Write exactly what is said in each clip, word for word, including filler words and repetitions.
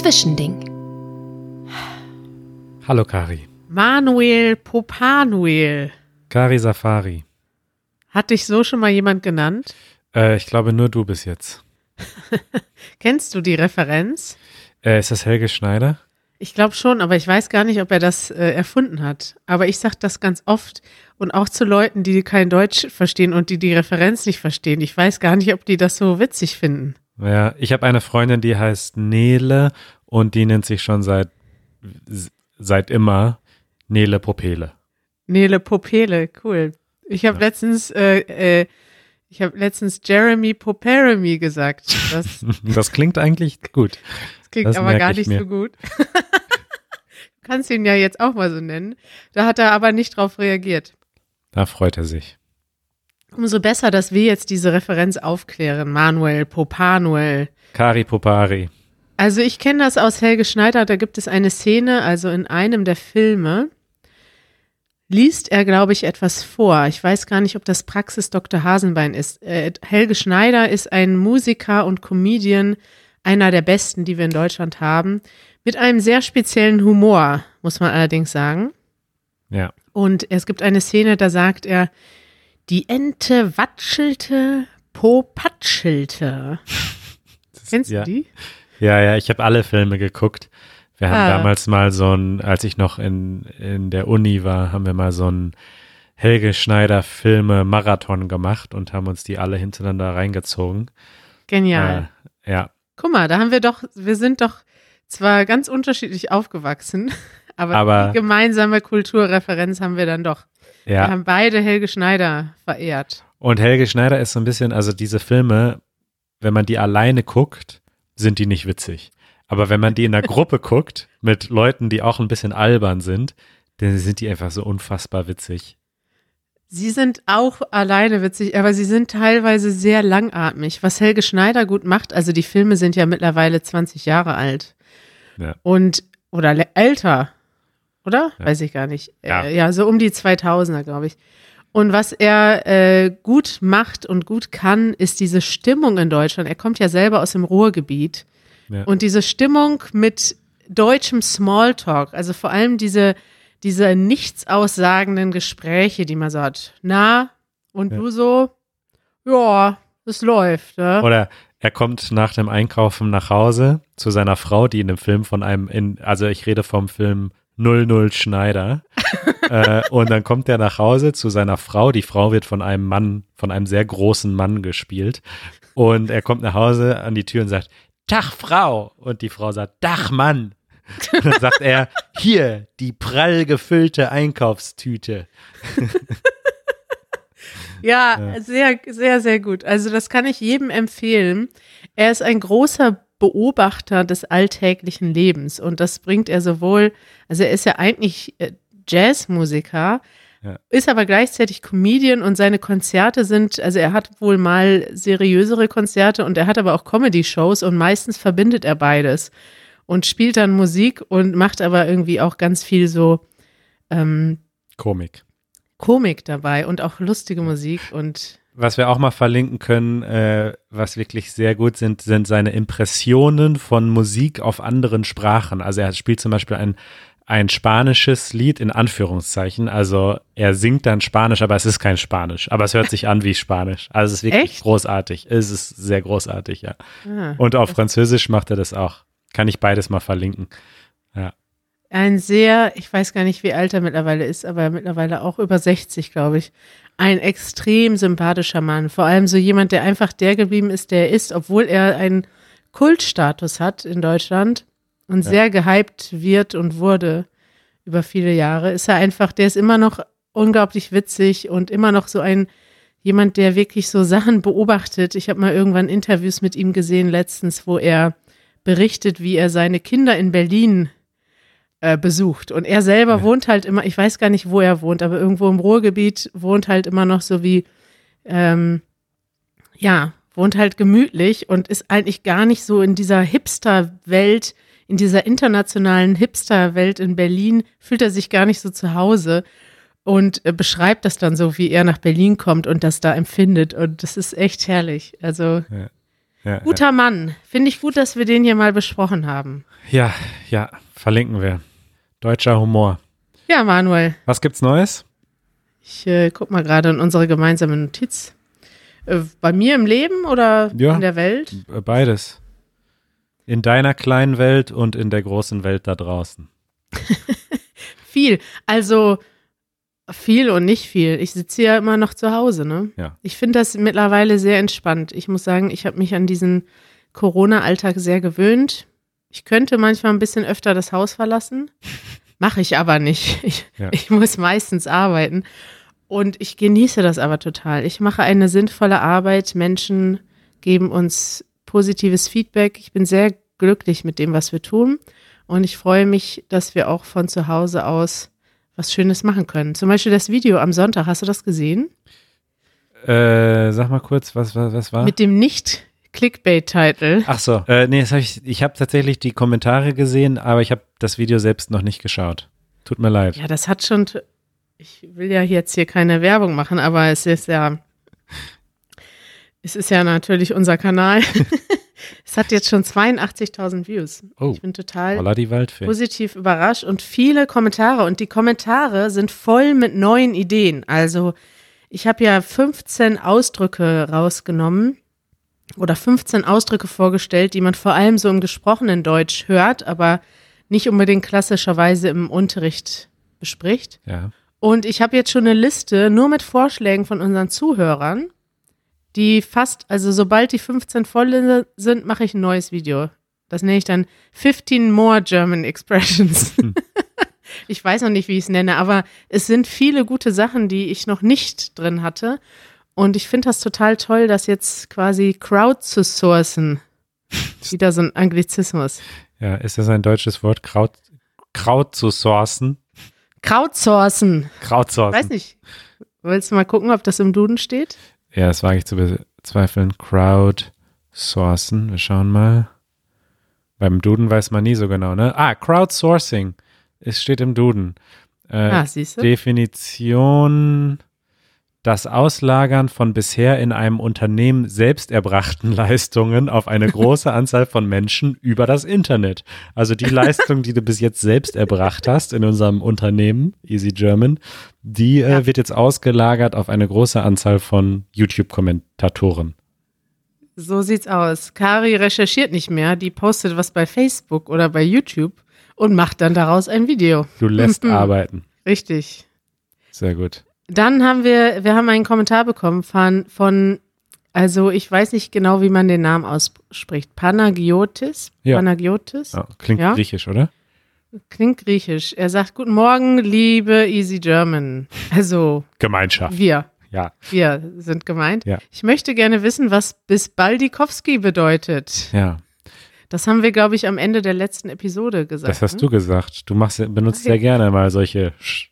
Zwischending. Hallo Kari. Manuel Popanuel. Kari Safari. Hat dich so schon mal jemand genannt? Äh, ich glaube nur du bis jetzt. Kennst du die Referenz? Äh, ist das Helge Schneider? Ich glaube schon, aber ich weiß gar nicht, ob er das äh, erfunden hat. Aber ich sage das ganz oft und auch zu Leuten, die kein Deutsch verstehen und die die Referenz nicht verstehen. Ich weiß gar nicht, ob die das so witzig finden. Ja, ich habe eine Freundin, die heißt Nele und die nennt sich schon seit, seit immer Nele Popele. Nele Popele, cool. Ich habe ja. letztens äh, äh, ich habe letztens Jeremy Poperemy gesagt. Das, das klingt eigentlich gut. Das klingt das aber gar nicht mir. so gut. Du kannst ihn ja jetzt auch mal so nennen. Da hat er aber nicht drauf reagiert. Da freut er sich. Umso besser, dass wir jetzt diese Referenz aufklären. Manuel Popanuel. Kari Popari. Also ich kenne das aus Helge Schneider. Da gibt es eine Szene, also in einem der Filme liest er, glaube ich, etwas vor. Ich weiß gar nicht, ob das Praxis Doktor Hasenbein ist. Äh, Helge Schneider ist ein Musiker und Comedian, einer der besten, die wir in Deutschland haben, mit einem sehr speziellen Humor, muss man allerdings sagen. Ja. Und es gibt eine Szene, da sagt er, die Ente watschelte, Po patschelte. Kennst ja. du die? Ja, ja, ich habe alle Filme geguckt. Wir haben ah. damals mal so ein, als ich noch in, in der Uni war, haben wir mal so ein Helge Schneider Filme Marathon gemacht und haben uns die alle hintereinander reingezogen. Genial. Äh, ja. Guck mal, da haben wir doch, wir sind doch zwar ganz unterschiedlich aufgewachsen, aber, aber die gemeinsame Kulturreferenz haben wir dann doch. Ja. Wir haben beide Helge Schneider verehrt. Und Helge Schneider ist so ein bisschen, also diese Filme, wenn man die alleine guckt, sind die nicht witzig. Aber wenn man die in der Gruppe guckt, mit Leuten, die auch ein bisschen albern sind, dann sind die einfach so unfassbar witzig. Sie sind auch alleine witzig, aber sie sind teilweise sehr langatmig. Was Helge Schneider gut macht, also die Filme sind ja mittlerweile zwanzig Jahre alt. Ja. Und, oder le- älter, oder? Ja. Weiß ich gar nicht. Ja, äh, ja so um die zweitausender, glaube ich. Und was er äh, gut macht und gut kann, ist diese Stimmung in Deutschland. Er kommt ja selber aus dem Ruhrgebiet. Ja. Und diese Stimmung mit deutschem Smalltalk, also vor allem diese, diese nichtaussagenden Gespräche, die man so hat. Na, und ja. du so? Ja, es läuft. Ne? Oder er kommt nach dem Einkaufen nach Hause zu seiner Frau, die in dem Film von einem, in, also ich rede vom Film null null Schneider. äh, und dann kommt er nach Hause zu seiner Frau. Die Frau wird von einem Mann, von einem sehr großen Mann gespielt. Und er kommt nach Hause an die Tür und sagt, Tag, Frau. Und die Frau sagt, Tag, Mann. Und dann sagt er, hier, die prall gefüllte Einkaufstüte. ja, ja, sehr, sehr, sehr gut. Also das kann ich jedem empfehlen. Er ist ein großer Beobachter des alltäglichen Lebens und das bringt er sowohl, also er ist ja eigentlich Jazzmusiker, ja. ist aber gleichzeitig Comedian und seine Konzerte sind, also er hat wohl mal seriösere Konzerte und er hat aber auch Comedy-Shows und meistens verbindet er beides und spielt dann Musik und macht aber irgendwie auch ganz viel so ähm, Komik. Komik dabei und auch lustige Musik und was wir auch mal verlinken können, äh, was wirklich sehr gut sind, sind seine Impressionen von Musik auf anderen Sprachen. Also er spielt zum Beispiel ein, ein spanisches Lied in Anführungszeichen. Also er singt dann Spanisch, aber es ist kein Spanisch. Aber es hört sich an wie Spanisch. Also es ist wirklich Echt? großartig. Es ist sehr großartig, ja. ah, Und auf Französisch macht er das auch. Kann ich beides mal verlinken. Ja. Ein sehr, ich weiß gar nicht, wie alt er mittlerweile ist, aber mittlerweile auch über sechzig, glaube ich. Ein extrem sympathischer Mann. Vor allem so jemand, der einfach der geblieben ist, der er ist, obwohl er einen Kultstatus hat in Deutschland und ja. sehr gehypt wird und wurde über viele Jahre. Ist er einfach, der ist immer noch unglaublich witzig und immer noch so ein jemand, der wirklich so Sachen beobachtet. Ich habe mal irgendwann Interviews mit ihm gesehen letztens, wo er berichtet, wie er seine Kinder in Berlin besucht. Und er selber ja. wohnt halt immer, ich weiß gar nicht, wo er wohnt, aber irgendwo im Ruhrgebiet wohnt halt immer noch so wie, ähm, ja, wohnt halt gemütlich und ist eigentlich gar nicht so in dieser Hipster-Welt, in dieser internationalen Hipster-Welt in Berlin, fühlt er sich gar nicht so zu Hause und äh, beschreibt das dann so, wie er nach Berlin kommt und das da empfindet. Und das ist echt herrlich. Also ja. Ja, Guter ja. Mann. Finde ich gut, dass wir den hier mal besprochen haben. ja, ja, verlinken wir. Deutscher Humor. Ja, Manuel. Was gibt's Neues? Ich äh, guck mal gerade in unsere gemeinsame Notiz. Äh, bei mir im Leben oder Ja. in der Welt? Beides. In deiner kleinen Welt und in der großen Welt da draußen. Viel. Also viel und nicht viel. Ich sitze ja immer noch zu Hause, ne? Ja. Ich finde das mittlerweile sehr entspannt. Ich muss sagen, ich habe mich an diesen Corona-Alltag sehr gewöhnt. Ich könnte manchmal ein bisschen öfter das Haus verlassen. Mache ich aber nicht. Ich, Ja. ich muss meistens arbeiten. Und ich genieße das aber total. Ich mache eine sinnvolle Arbeit. Menschen geben uns positives Feedback. Ich bin sehr glücklich mit dem, was wir tun. Und ich freue mich, dass wir auch von zu Hause aus was Schönes machen können. Zum Beispiel das Video am Sonntag. Hast du das gesehen? Äh, sag mal kurz, was, was, was war? Mit dem Nicht-Clickbait-Titel. Ach so, äh, nee, das hab ich, ich habe tatsächlich die Kommentare gesehen, aber ich habe das Video selbst noch nicht geschaut. Tut mir leid. Ja, das hat schon, t- ich will ja jetzt hier keine Werbung machen, aber es ist ja, es ist ja natürlich unser Kanal. Es hat jetzt schon zweiundachtzigtausend Views. Oh, Ich bin total Holla die Waldfee. positiv überrascht und viele Kommentare. Und die Kommentare sind voll mit neuen Ideen. Also ich habe ja fünfzehn Ausdrücke rausgenommen oder fünfzehn Ausdrücke vorgestellt, die man vor allem so im gesprochenen Deutsch hört, aber nicht unbedingt klassischerweise im Unterricht bespricht. Ja. Und ich habe jetzt schon eine Liste nur mit Vorschlägen von unseren Zuhörern, die fast, also sobald die fünfzehn voll sind, mache ich ein neues Video. Das nenne ich dann fifteen more German Expressions. Hm. Ich weiß noch nicht, wie ich es nenne, aber es sind viele gute Sachen, die ich noch nicht drin hatte. Und ich finde das total toll, das jetzt quasi crowd zu sourcen. Wieder so ein Anglizismus. Ja, ist das ein deutsches Wort? Kraut, Kraut zu sourcen? Crowdsourcen. Krautsourcen. Weiß nicht. Willst du mal gucken, ob das im Duden steht? Ja, das wage ich zu bezweifeln. Crowdsourcen. Wir schauen mal. Beim Duden weiß man nie so genau, ne? Ah, Crowdsourcing. Es steht im Duden. Äh, Ah, siehst du? Definition: das Auslagern von bisher in einem Unternehmen selbst erbrachten Leistungen auf eine große Anzahl von Menschen über das Internet. Also die Leistung, die du bis jetzt selbst erbracht hast in unserem Unternehmen, Easy German, die äh, Ja. wird jetzt ausgelagert auf eine große Anzahl von YouTube-Kommentatoren. So sieht's aus. Kari recherchiert nicht mehr, die postet was bei Facebook oder bei YouTube und macht dann daraus ein Video. Du lässt Mhm. arbeiten. Richtig. Sehr gut. Dann haben wir, wir haben einen Kommentar bekommen von, von, also ich weiß nicht genau, wie man den Namen ausspricht. Panagiotis? Ja. Panagiotis? Ja, klingt Ja? griechisch, oder? Klingt griechisch. Er sagt, guten Morgen, liebe Easy German. Also Gemeinschaft. wir. Ja. Wir sind gemeint. Ja. Ich möchte gerne wissen, was bis Baldikowski bedeutet. Ja, Das haben wir, glaube ich, am Ende der letzten Episode gesagt. das hast ne? du gesagt. Du machst, benutzt sehr gerne mal solche Sch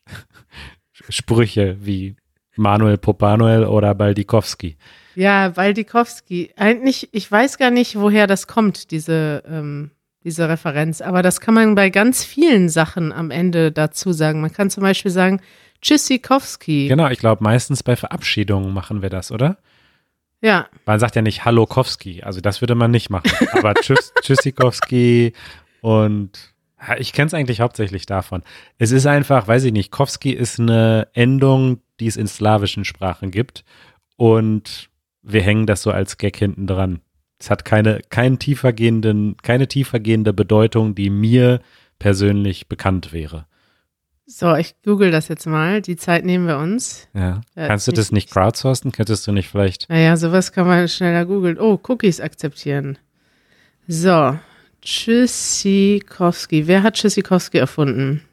Sprüche wie Manuel Popanuel oder Baldikowski. Ja, Baldikowski. Eigentlich, ich weiß gar nicht, woher das kommt, diese, ähm, diese Referenz. Aber das kann man bei ganz vielen Sachen am Ende dazu sagen. Man kann zum Beispiel sagen, Tschüssikowski. Genau, ich glaube, meistens bei Verabschiedungen machen wir das, oder? Ja, Man sagt ja nicht Hallokowski, also das würde man nicht machen. Aber Tschüss, Tschüssikowski und ja, ich kenne es eigentlich hauptsächlich davon. Es ist einfach, weiß ich nicht, Kowski ist eine Endung, die es in slawischen Sprachen gibt und wir hängen das so als Gag hinten dran. Es hat keine, keinen tiefergehenden, keine tiefergehende Bedeutung, die mir persönlich bekannt wäre. so, ich google das jetzt mal. Die Zeit nehmen wir uns. Ja. Ja, Kannst du ist das nicht- nicht crowdsourcen? Könntest du nicht vielleicht? Naja, sowas kann man schneller googeln. Oh, Cookies akzeptieren. So, Tschüssikowski. Wer hat Tschüssikowski erfunden?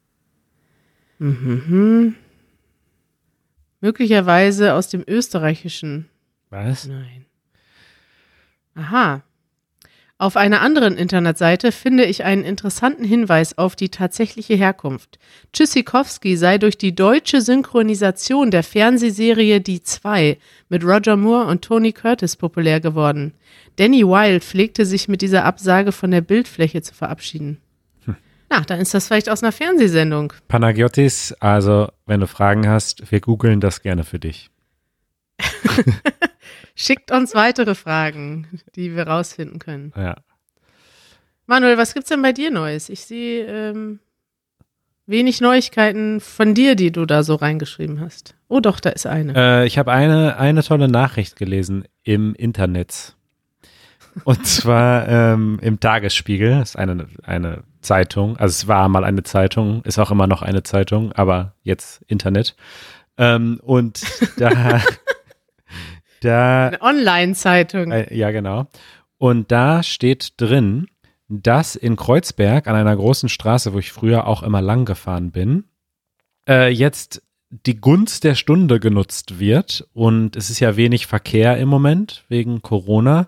Mhm. Möglicherweise aus dem Österreichischen. Was? Nein. Aha. Auf einer anderen Internetseite finde ich einen interessanten Hinweis auf die tatsächliche Herkunft. Tschüssikowski sei durch die deutsche Synchronisation der Fernsehserie Die Zwei mit Roger Moore und Tony Curtis populär geworden. Danny Wilde pflegte sich mit dieser Absage von der Bildfläche zu verabschieden. Hm. Na, dann ist das vielleicht aus einer Fernsehsendung. Panagiotis, also wenn du Fragen hast, wir googeln das gerne für dich. Schickt uns weitere Fragen, die wir rausfinden können. Ja. Manuel, was gibt's denn bei dir Neues? Ich sehe ähm, wenig Neuigkeiten von dir, die du da so reingeschrieben hast. Oh doch, da ist eine. Äh, ich habe eine, eine tolle Nachricht gelesen im Internet. Und zwar ähm, im Tagesspiegel. Das ist eine, eine Zeitung. Also es war mal eine Zeitung, ist auch immer noch eine Zeitung, aber jetzt Internet. Ähm, und da... da eine Online-Zeitung. Äh, ja, genau. Und da steht drin, dass in Kreuzberg an einer großen Straße, wo ich früher auch immer lang gefahren bin, äh, jetzt die Gunst der Stunde genutzt wird. Und es ist ja wenig Verkehr im Moment wegen Corona.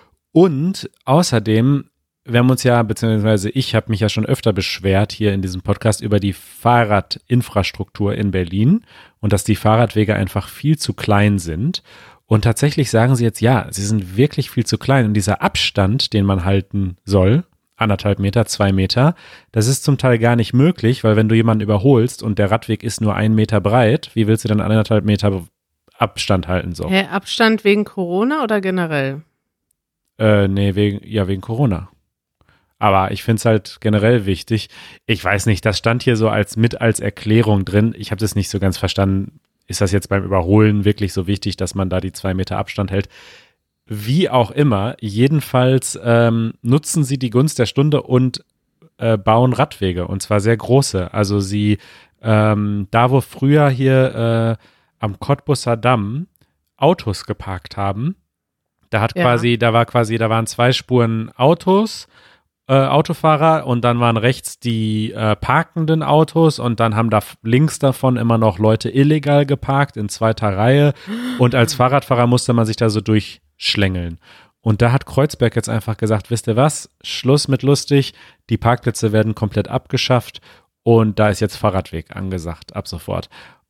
Und außerdem, wir haben uns ja, beziehungsweise ich habe mich ja schon öfter beschwert hier in diesem Podcast über die Fahrradinfrastruktur in Berlin und dass die Fahrradwege einfach viel zu klein sind. Und tatsächlich sagen sie jetzt, ja, sie sind wirklich viel zu klein. Und dieser Abstand, den man halten soll, anderthalb Meter, zwei Meter, das ist zum Teil gar nicht möglich, weil wenn du jemanden überholst und der Radweg ist nur ein Meter breit, wie willst du dann anderthalb Meter Abstand halten? So? Hä, Abstand wegen Corona oder generell? Äh, nee, wegen, ja, wegen Corona. Aber ich finde es halt generell wichtig. Ich weiß nicht, das stand hier so als mit als Erklärung drin. Ich habe das nicht so ganz verstanden. Ist das jetzt beim Überholen wirklich so wichtig, dass man da die zwei Meter Abstand hält? Wie auch immer, jedenfalls ähm, nutzen sie die Gunst der Stunde und äh, bauen Radwege, und zwar sehr große. Also sie, ähm, da wo früher hier äh, am Cottbusser Damm Autos geparkt haben, da hat Ja. quasi, da war quasi, da waren zwei Spuren Autos, äh, Autofahrer, und dann waren rechts die äh, parkenden Autos und dann haben da f- links davon immer noch Leute illegal geparkt in zweiter Reihe, und als Fahrradfahrer musste man sich da so durchschlängeln. Und da hat Kreuzberg jetzt einfach gesagt, wisst ihr was, Schluss mit lustig, die Parkplätze werden komplett abgeschafft und da ist jetzt Fahrradweg angesagt, ab sofort.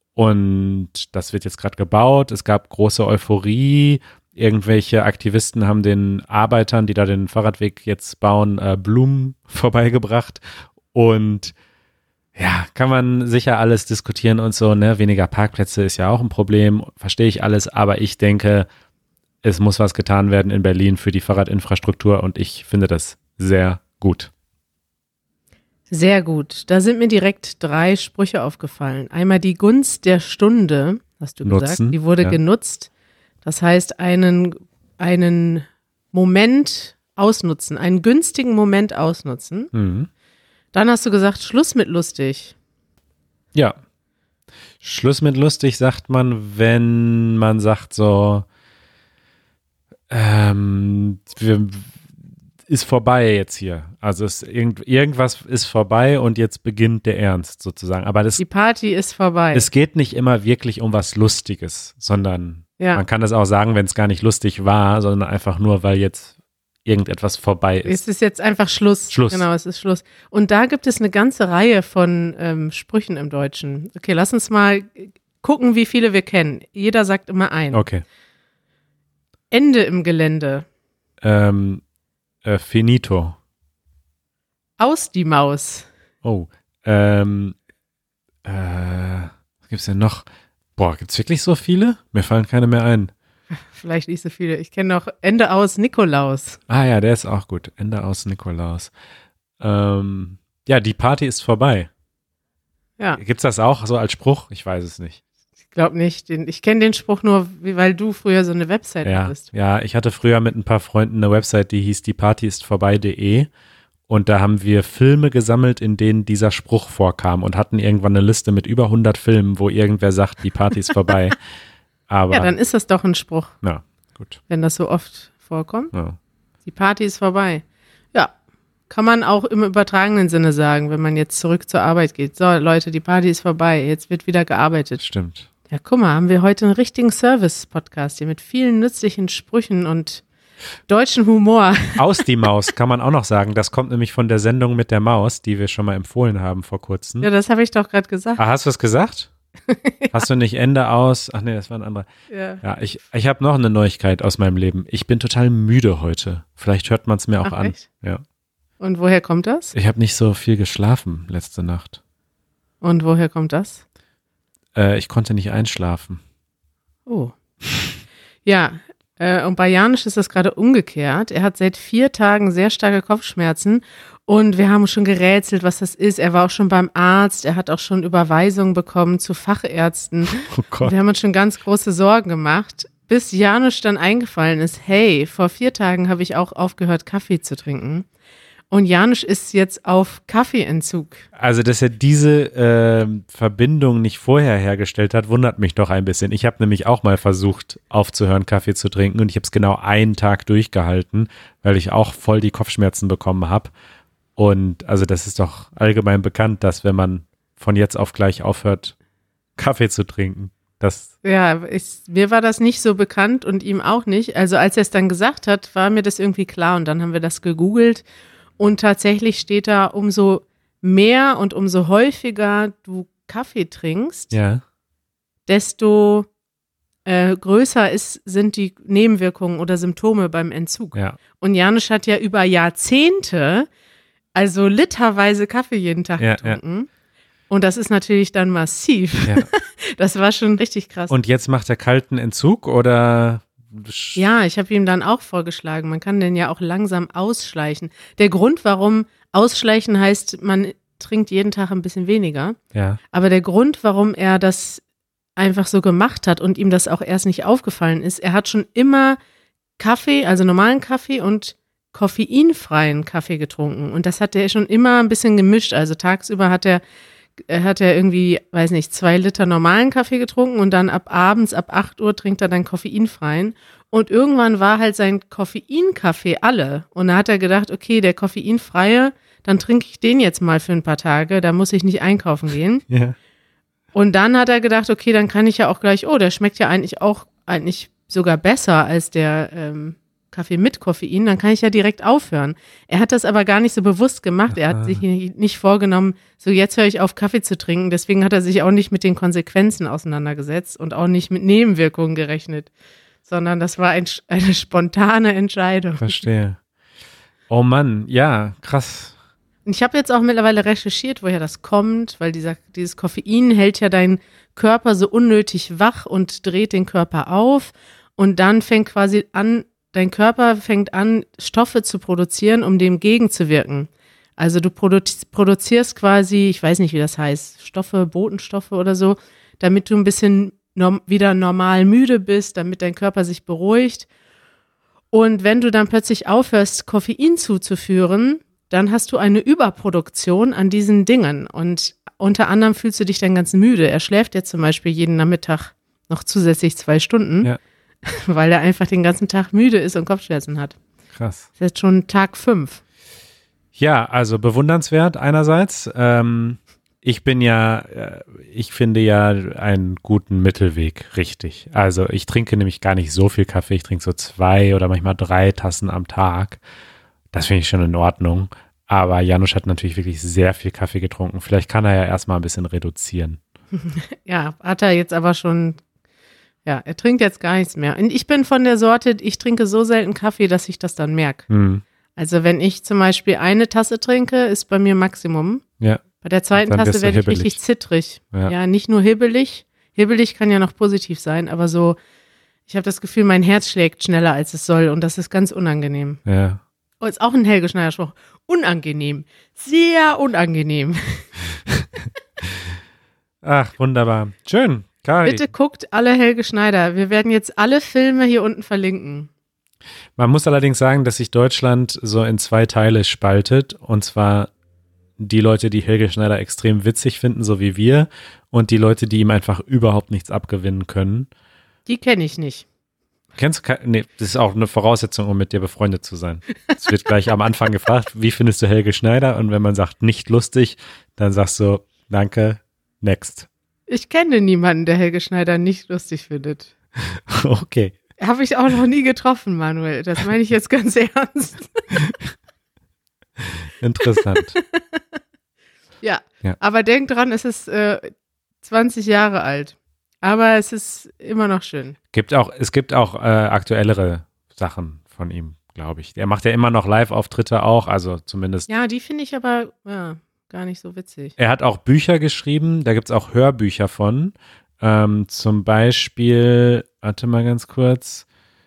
Und das wird jetzt gerade gebaut, es gab große Euphorie. Irgendwelche Aktivisten haben den Arbeitern, die da den Fahrradweg jetzt bauen, äh, Blumen vorbeigebracht. Und ja, kann man sicher alles diskutieren und so, ne? Weniger Parkplätze ist ja auch ein Problem, verstehe ich alles, aber ich denke, es muss was getan werden in Berlin für die Fahrradinfrastruktur und ich finde das sehr gut. Sehr gut. Da sind mir direkt drei Sprüche aufgefallen. Einmal die Gunst der Stunde, hast du Nutzen, gesagt, die wurde ja. genutzt. Das heißt, einen, einen Moment ausnutzen, einen günstigen Moment ausnutzen. Mhm. Dann hast du gesagt, Schluss mit lustig. Ja. Schluss mit lustig sagt man, wenn man sagt so, ähm, wir, ist vorbei jetzt hier. Also es, irgend, irgendwas ist vorbei und jetzt beginnt der Ernst sozusagen. Aber das, Die Party ist vorbei. es geht nicht immer wirklich um was Lustiges, sondern Ja. man kann das auch sagen, wenn es gar nicht lustig war, sondern einfach nur, weil jetzt irgendetwas vorbei ist. Es ist jetzt einfach Schluss. Schluss. Genau, es ist Schluss. Und da gibt es eine ganze Reihe von ähm, Sprüchen im Deutschen. Okay, lass uns mal gucken, wie viele wir kennen. Jeder sagt immer einen. Okay. Ende im Gelände. Ähm, äh, finito. Aus die Maus. Oh. Ähm, äh, was gibt's denn noch? Boah, gibt's wirklich so viele? Mir fallen keine mehr ein. Vielleicht nicht so viele. Ich kenne noch Ende aus Nikolaus. Ah ja, der ist auch gut. Ende aus Nikolaus. Ähm, ja, die Party ist vorbei. Ja, Gibt's das auch so als Spruch? Ich weiß es nicht. ich glaube nicht. Den, ich kenne den Spruch nur, wie- weil du früher so eine Website Ja, hattest. ja, ich hatte früher mit ein paar Freunden eine Website, die hieß die Party ist vorbei.de, und da haben wir Filme gesammelt, in denen dieser Spruch vorkam, und hatten irgendwann eine Liste mit über hundert Filmen, wo irgendwer sagt, die Party ist vorbei. Aber, Ja, dann ist das doch ein Spruch, na, gut. wenn das so oft vorkommt. Ja. Die Party ist vorbei. Ja, kann man auch im übertragenen Sinne sagen, wenn man jetzt zurück zur Arbeit geht. So, Leute, die Party ist vorbei. Jetzt wird wieder gearbeitet. Stimmt. Ja, guck mal, haben wir heute einen richtigen Service-Podcast hier mit vielen nützlichen Sprüchen und deutschen Humor. Aus die Maus kann man auch noch sagen. Das kommt nämlich von der Sendung mit der Maus, die wir schon mal empfohlen haben vor kurzem. Ja, das habe ich doch gerade gesagt. Ah, hast du es gesagt? Hast du nicht Ende aus? Ach nee, das war ein anderer. Ja. Ja, ich, ich habe noch eine Neuigkeit aus meinem Leben. Ich bin total müde heute. Vielleicht hört man es mir auch Ach, an. echt? Ja. Und woher kommt das? Ich habe nicht so viel geschlafen letzte Nacht. Und woher kommt das? Äh, ich konnte nicht einschlafen. Oh. Ja, Äh, und bei Janusz ist das gerade umgekehrt. Er hat seit vier Tagen sehr starke Kopfschmerzen und wir haben schon gerätselt, was das ist. Er war auch schon beim Arzt, er hat auch schon Überweisungen bekommen zu Fachärzten. Oh Gott. Wir haben uns schon ganz große Sorgen gemacht, bis Janusz dann eingefallen ist, hey, vor vier Tagen habe ich auch aufgehört, Kaffee zu trinken. Und Janusz ist jetzt auf Kaffeeentzug. Also, dass er diese äh, Verbindung nicht vorher hergestellt hat, wundert mich doch ein bisschen. Ich habe nämlich auch mal versucht, aufzuhören, Kaffee zu trinken und ich habe es genau einen Tag durchgehalten, weil ich auch voll die Kopfschmerzen bekommen habe. Und also das ist doch allgemein bekannt, dass wenn man von jetzt auf gleich aufhört, Kaffee zu trinken, das Ja, ich, mir war das nicht so bekannt und ihm auch nicht. Also als er es dann gesagt hat, war mir das irgendwie klar und dann haben wir das gegoogelt. Und tatsächlich steht da, umso mehr und umso häufiger du Kaffee trinkst, ja. desto äh, größer ist, sind die Nebenwirkungen oder Symptome beim Entzug. Ja. Und Janusz hat ja über Jahrzehnte, also literweise Kaffee jeden Tag Ja, getrunken. Und das ist natürlich dann massiv. Ja. Das war schon richtig krass. Und jetzt macht er kalten Entzug oder? Ja, ich habe ihm dann auch vorgeschlagen, man kann den ja auch langsam ausschleichen. Der Grund, warum ausschleichen heißt, man trinkt jeden Tag ein bisschen weniger. Ja. Aber der Grund, warum er das einfach so gemacht hat und ihm das auch erst nicht aufgefallen ist, er hat schon immer Kaffee, also normalen Kaffee und koffeinfreien Kaffee getrunken. Und das hat er schon immer ein bisschen gemischt. Also tagsüber hat er hat er irgendwie, weiß nicht, zwei Liter normalen Kaffee getrunken und dann ab abends, ab acht Uhr trinkt er dann koffeinfreien. Und irgendwann war halt sein Koffeinkaffee alle. Und da hat er gedacht, okay, der koffeinfreie, dann trinke ich den jetzt mal für ein paar Tage, da muss ich nicht einkaufen gehen. Ja. Und dann hat er gedacht, okay, dann kann ich ja auch gleich, oh, der schmeckt ja eigentlich auch, eigentlich sogar besser als der ähm, Kaffee mit Koffein, dann kann ich ja direkt aufhören. Er hat das aber gar nicht so bewusst gemacht. Er hat sich nicht vorgenommen, so jetzt höre ich auf, Kaffee zu trinken. Deswegen hat er sich auch nicht mit den Konsequenzen auseinandergesetzt und auch nicht mit Nebenwirkungen gerechnet, sondern das war ein, eine spontane Entscheidung. Verstehe. Oh Mann, ja, krass. Und ich habe jetzt auch mittlerweile recherchiert, woher das kommt, weil dieser, dieses Koffein hält ja deinen Körper so unnötig wach und dreht den Körper auf und dann fängt quasi an, dein Körper fängt an, Stoffe zu produzieren, um dem gegenzuwirken. Also du produ- produzierst quasi, ich weiß nicht, wie das heißt, Stoffe, Botenstoffe oder so, damit du ein bisschen norm- wieder normal müde bist, damit dein Körper sich beruhigt. Und wenn du dann plötzlich aufhörst, Koffein zuzuführen, dann hast du eine Überproduktion an diesen Dingen. Und unter anderem fühlst du dich dann ganz müde. Er schläft jetzt zum Beispiel jeden Nachmittag noch zusätzlich zwei Stunden. Ja. Weil er einfach den ganzen Tag müde ist und Kopfschmerzen hat. Krass. Das ist jetzt schon Tag fünf. Ja, also bewundernswert einerseits. Ähm, ich bin ja, äh, ich finde ja einen guten Mittelweg richtig. Also ich trinke nämlich gar nicht so viel Kaffee. Ich trinke so zwei oder manchmal drei Tassen am Tag. Das finde ich schon in Ordnung. Aber Janusz hat natürlich wirklich sehr viel Kaffee getrunken. Vielleicht kann er ja erstmal ein bisschen reduzieren. Ja, hat er jetzt aber schon. Ja, er trinkt jetzt gar nichts mehr. Und ich bin von der Sorte, ich trinke so selten Kaffee, dass ich das dann merke. Hm. Also wenn ich zum Beispiel eine Tasse trinke, ist bei mir Maximum. Ja. Bei der zweiten Dann Tasse bist du werde ich hibbelig. richtig zittrig. Ja. Ja, nicht nur hibbelig. Hibbelig kann ja noch positiv sein, aber so, ich habe das Gefühl, mein Herz schlägt schneller, als es soll. Und das ist ganz unangenehm. Ja. Oh, ist auch ein Helge Schneider-Spruch. Unangenehm. Sehr unangenehm. Ach, wunderbar. Schön. Kari. Bitte guckt alle Helge Schneider. Wir werden jetzt alle Filme hier unten verlinken. Man muss allerdings sagen, dass sich Deutschland so in zwei Teile spaltet. Und zwar die Leute, die Helge Schneider extrem witzig finden, so wie wir, und die Leute, die ihm einfach überhaupt nichts abgewinnen können. Die kenne ich nicht. Kennst du, ke- nee, das ist auch eine Voraussetzung, um mit dir befreundet zu sein. Es wird gleich am Anfang gefragt, wie findest du Helge Schneider? Und wenn man sagt, nicht lustig, dann sagst du, danke, next. Ich kenne niemanden, der Helge Schneider nicht lustig findet. Okay. Habe ich auch noch nie getroffen, Manuel. Das meine ich jetzt ganz ernst. Interessant. Ja, Ja. aber denk dran, es ist äh, zwanzig Jahre alt. Aber es ist immer noch schön. Gibt auch, es gibt auch äh, aktuellere Sachen von ihm, glaube ich. Er macht ja immer noch Live-Auftritte auch, also zumindest. Ja, die finde ich aber ja, gar nicht so witzig. Er hat auch Bücher geschrieben, da gibt es auch Hörbücher von. Ähm, zum Beispiel, warte mal ganz kurz.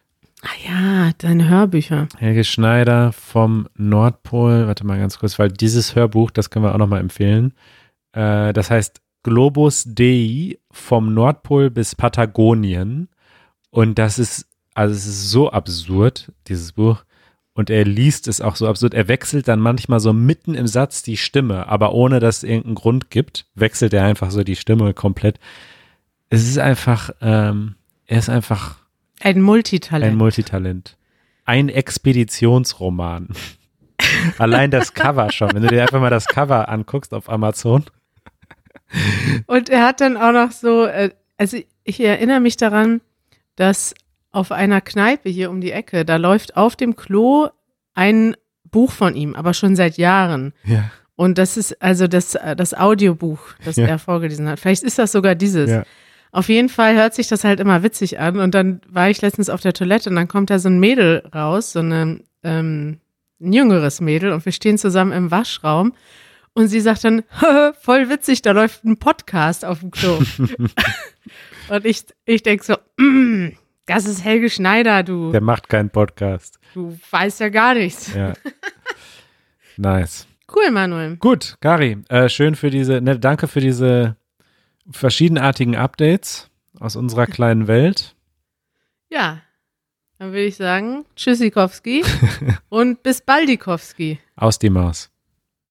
Ah ja, deine Hörbücher. Helge Schneider vom Nordpol, warte mal ganz kurz, weil dieses Hörbuch, das können wir auch nochmal empfehlen, äh, das heißt Globus Dei vom Nordpol bis Patagonien und das ist, also es ist so absurd, dieses Buch, und er liest es auch so absurd, er wechselt dann manchmal so mitten im Satz die Stimme, aber ohne dass es irgendeinen Grund gibt, wechselt er einfach so die Stimme komplett. Es ist einfach, ähm, er ist einfach Ein Multitalent. Ein Multitalent. Ein Expeditionsroman. Allein das Cover schon. Wenn du dir einfach mal das Cover anguckst auf Amazon. Und er hat dann auch noch so, äh, also ich erinnere mich daran, dass auf einer Kneipe hier um die Ecke, da läuft auf dem Klo ein Buch von ihm, aber schon seit Jahren. Ja. Und das ist also das, das Audiobuch, das Ja. er vorgelesen hat. Vielleicht ist das sogar dieses. Ja. Auf jeden Fall hört sich das halt immer witzig an. Und dann war ich letztens auf der Toilette und dann kommt da so ein Mädel raus, so eine, ähm, ein jüngeres Mädel. Und wir stehen zusammen im Waschraum. Und sie sagt dann, voll witzig, da läuft ein Podcast auf dem Klo. Und ich, ich denke so, mm, das ist Helge Schneider, du. Der macht keinen Podcast. Du weißt ja gar nichts. Ja. Nice. Cool, Manuel. Gut, Gary, äh, schön für diese, ne, danke für diese verschiedenartigen Updates aus unserer kleinen Welt. Ja, dann würde ich sagen, Tschüssikowski und bis Baldikowski. Aus die Maus.